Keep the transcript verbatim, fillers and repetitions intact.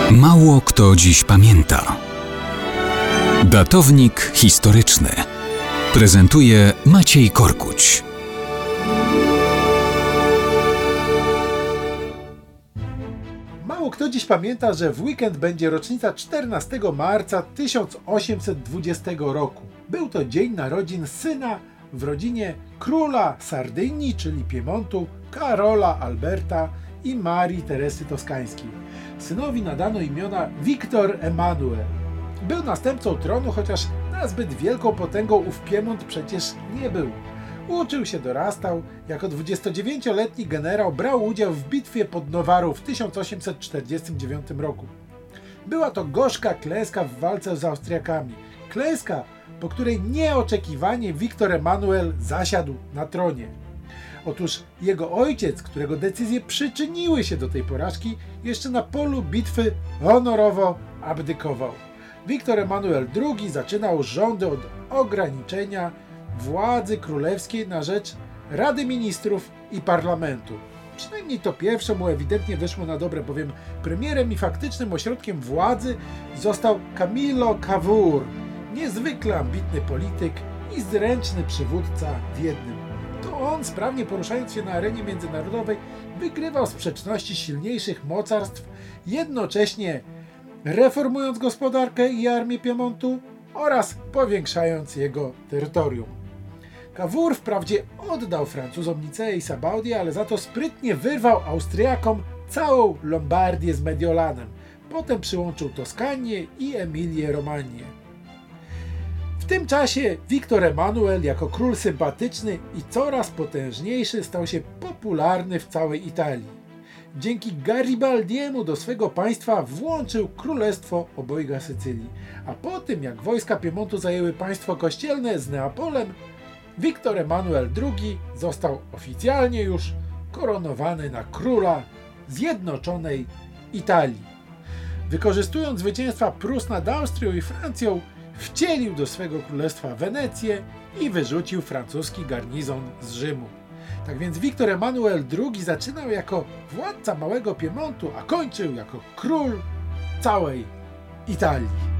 Mało kto dziś pamięta. Datownik historyczny prezentuje Maciej Korkuć. Mało kto dziś pamięta, że w weekend będzie rocznica czternastego marca tysiąc osiemset dwudziestego roku. Był to dzień narodzin syna w rodzinie króla Sardynii, czyli Piemontu, Karola Alberta i Marii Teresy Toskańskiej. Synowi nadano imiona Wiktor Emanuel. Był następcą tronu, chociaż na zbyt wielką potęgą ów Piemont przecież nie był. Uczył się, dorastał. Jako dwudziestodziewięcioletni generał brał udział w bitwie pod Nowarą w tysiąc osiemset czterdziestym dziewiątym roku. Była to gorzka klęska w walce z Austriakami. Klęska, po której nieoczekiwanie Wiktor Emanuel zasiadł na tronie. Otóż jego ojciec, którego decyzje przyczyniły się do tej porażki, jeszcze na polu bitwy honorowo abdykował. Wiktor Emanuel drugi zaczynał rządy od ograniczenia władzy królewskiej na rzecz Rady Ministrów i Parlamentu. Przynajmniej to pierwsze mu ewidentnie wyszło na dobre, bowiem premierem i faktycznym ośrodkiem władzy został Camillo Cavour, niezwykle ambitny polityk i zręczny przywódca w jednym. To on, sprawnie poruszając się na arenie międzynarodowej, wygrywał sprzeczności silniejszych mocarstw, jednocześnie reformując gospodarkę i armię Piemontu oraz powiększając jego terytorium. Cavour wprawdzie oddał Francuzom Niceę i Sabaudię, ale za to sprytnie wyrwał Austriakom całą Lombardię z Mediolanem. Potem przyłączył Toskanię i Emilię-Romanię. W tym czasie Wiktor Emanuel jako król sympatyczny i coraz potężniejszy stał się popularny w całej Italii. Dzięki Garibaldiemu do swego państwa włączył Królestwo Obojga Sycylii, a po tym jak wojska Piemontu zajęły państwo kościelne z Neapolem, Wiktor Emanuel drugi został oficjalnie już koronowany na króla zjednoczonej Italii. Wykorzystując zwycięstwa Prus nad Austrią i Francją, wcielił do swego królestwa Wenecję i wyrzucił francuski garnizon z Rzymu. Tak więc Wiktor Emanuel drugi zaczynał jako władca małego Piemontu, a kończył jako król całej Italii.